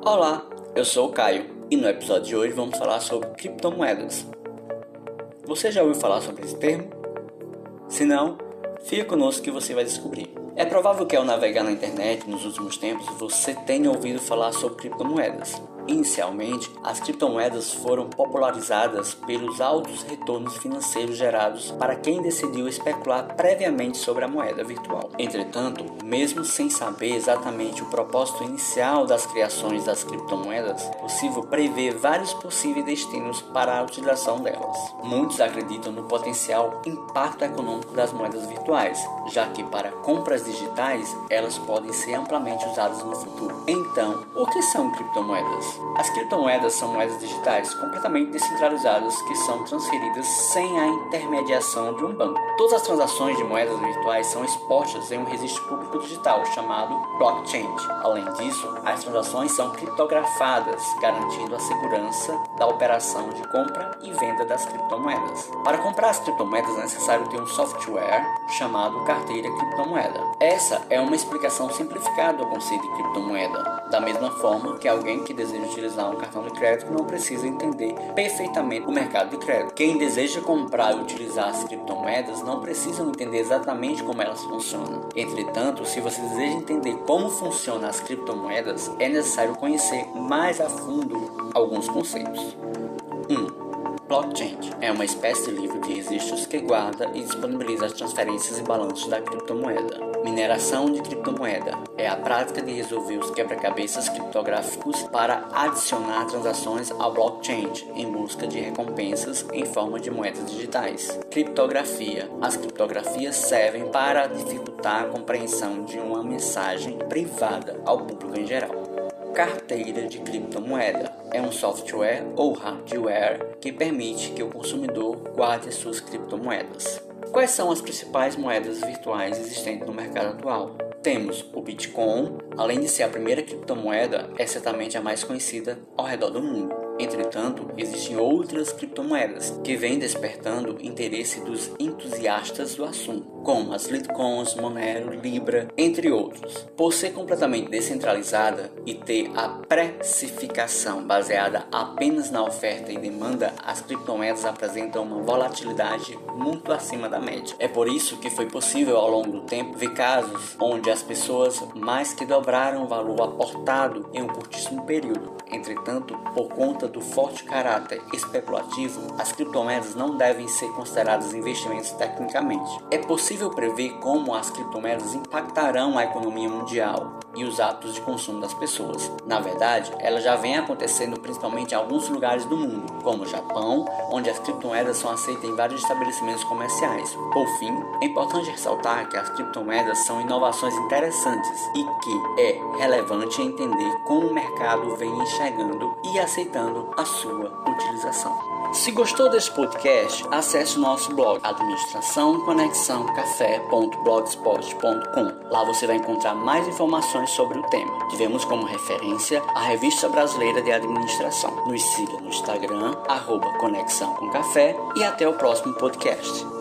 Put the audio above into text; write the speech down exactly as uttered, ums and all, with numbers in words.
Olá, eu sou o Caio e no episódio de hoje vamos falar sobre criptomoedas. Você já ouviu falar sobre esse termo? Se não, fique conosco que você vai descobrir. É provável que ao navegar na internet nos últimos tempos você tenha ouvido falar sobre criptomoedas. Inicialmente, as criptomoedas foram popularizadas pelos altos retornos financeiros gerados para quem decidiu especular previamente sobre a moeda virtual. Entretanto, mesmo sem saber exatamente o propósito inicial das criações das criptomoedas, é possível prever vários possíveis destinos para a utilização delas. Muitos acreditam no potencial impacto econômico das moedas virtuais, já que para compras digitais elas podem ser amplamente usadas no futuro. Então, o que são criptomoedas? As criptomoedas são moedas digitais completamente descentralizadas que são transferidas sem a intermediação de um banco. Todas as transações de moedas virtuais são expostas em um registro público digital chamado blockchain. Além disso, as transações são criptografadas, garantindo a segurança da operação de compra e venda das criptomoedas. Para comprar as criptomoedas é necessário ter um software chamado carteira criptomoeda. Essa é uma explicação simplificada do conceito de criptomoeda, da mesma forma que alguém que deseja utilizar um cartão de crédito não precisa entender perfeitamente o mercado de crédito. Quem deseja comprar e utilizar as criptomoedas não precisa entender exatamente como elas funcionam. Entretanto, se você deseja entender como funcionam as criptomoedas, é necessário conhecer mais a fundo alguns conceitos. um. Blockchain é uma espécie de livro de registros que guarda e disponibiliza as transferências e balanços da criptomoeda. Mineração de criptomoeda é a prática de resolver os quebra-cabeças criptográficos para adicionar transações ao blockchain em busca de recompensas em forma de moedas digitais. Criptografia. As criptografias servem para dificultar a compreensão de uma mensagem privada ao público em geral. Carteira de criptomoeda é um software ou hardware que permite que o consumidor guarde suas criptomoedas. Quais são as principais moedas virtuais existentes no mercado atual? Temos o Bitcoin, além de ser a primeira criptomoeda, é certamente a mais conhecida ao redor do mundo. Entretanto, existem outras criptomoedas que vêm despertando interesse dos entusiastas do assunto, como as Litecoins, Monero, Libra, entre outros. Por ser completamente descentralizada e ter a precificação baseada apenas na oferta e demanda, as criptomoedas apresentam uma volatilidade muito acima da média. É por isso que foi possível ao longo do tempo ver casos onde as pessoas mais que dobraram o valor aportado em um curtíssimo período. Entretanto, por conta do forte caráter especulativo, as criptomoedas não devem ser consideradas investimentos tecnicamente. É possível prever como as criptomoedas impactarão a economia mundial e os hábitos de consumo das pessoas. Na verdade, elas já vêm acontecendo principalmente em alguns lugares do mundo, como o Japão, onde as criptomoedas são aceitas em vários estabelecimentos comerciais. Por fim, é importante ressaltar que as criptomoedas são inovações interessantes e que é relevante entender como o mercado vem enxergando e aceitando a sua utilização. Se gostou desse podcast, acesse o nosso blog administração conexão café ponto blogspot ponto com. Lá você vai encontrar mais informações sobre o tema. Tivemos como referência a Revista Brasileira de Administração. Nos siga no Instagram, arroba Conexão com Café, e até o próximo podcast.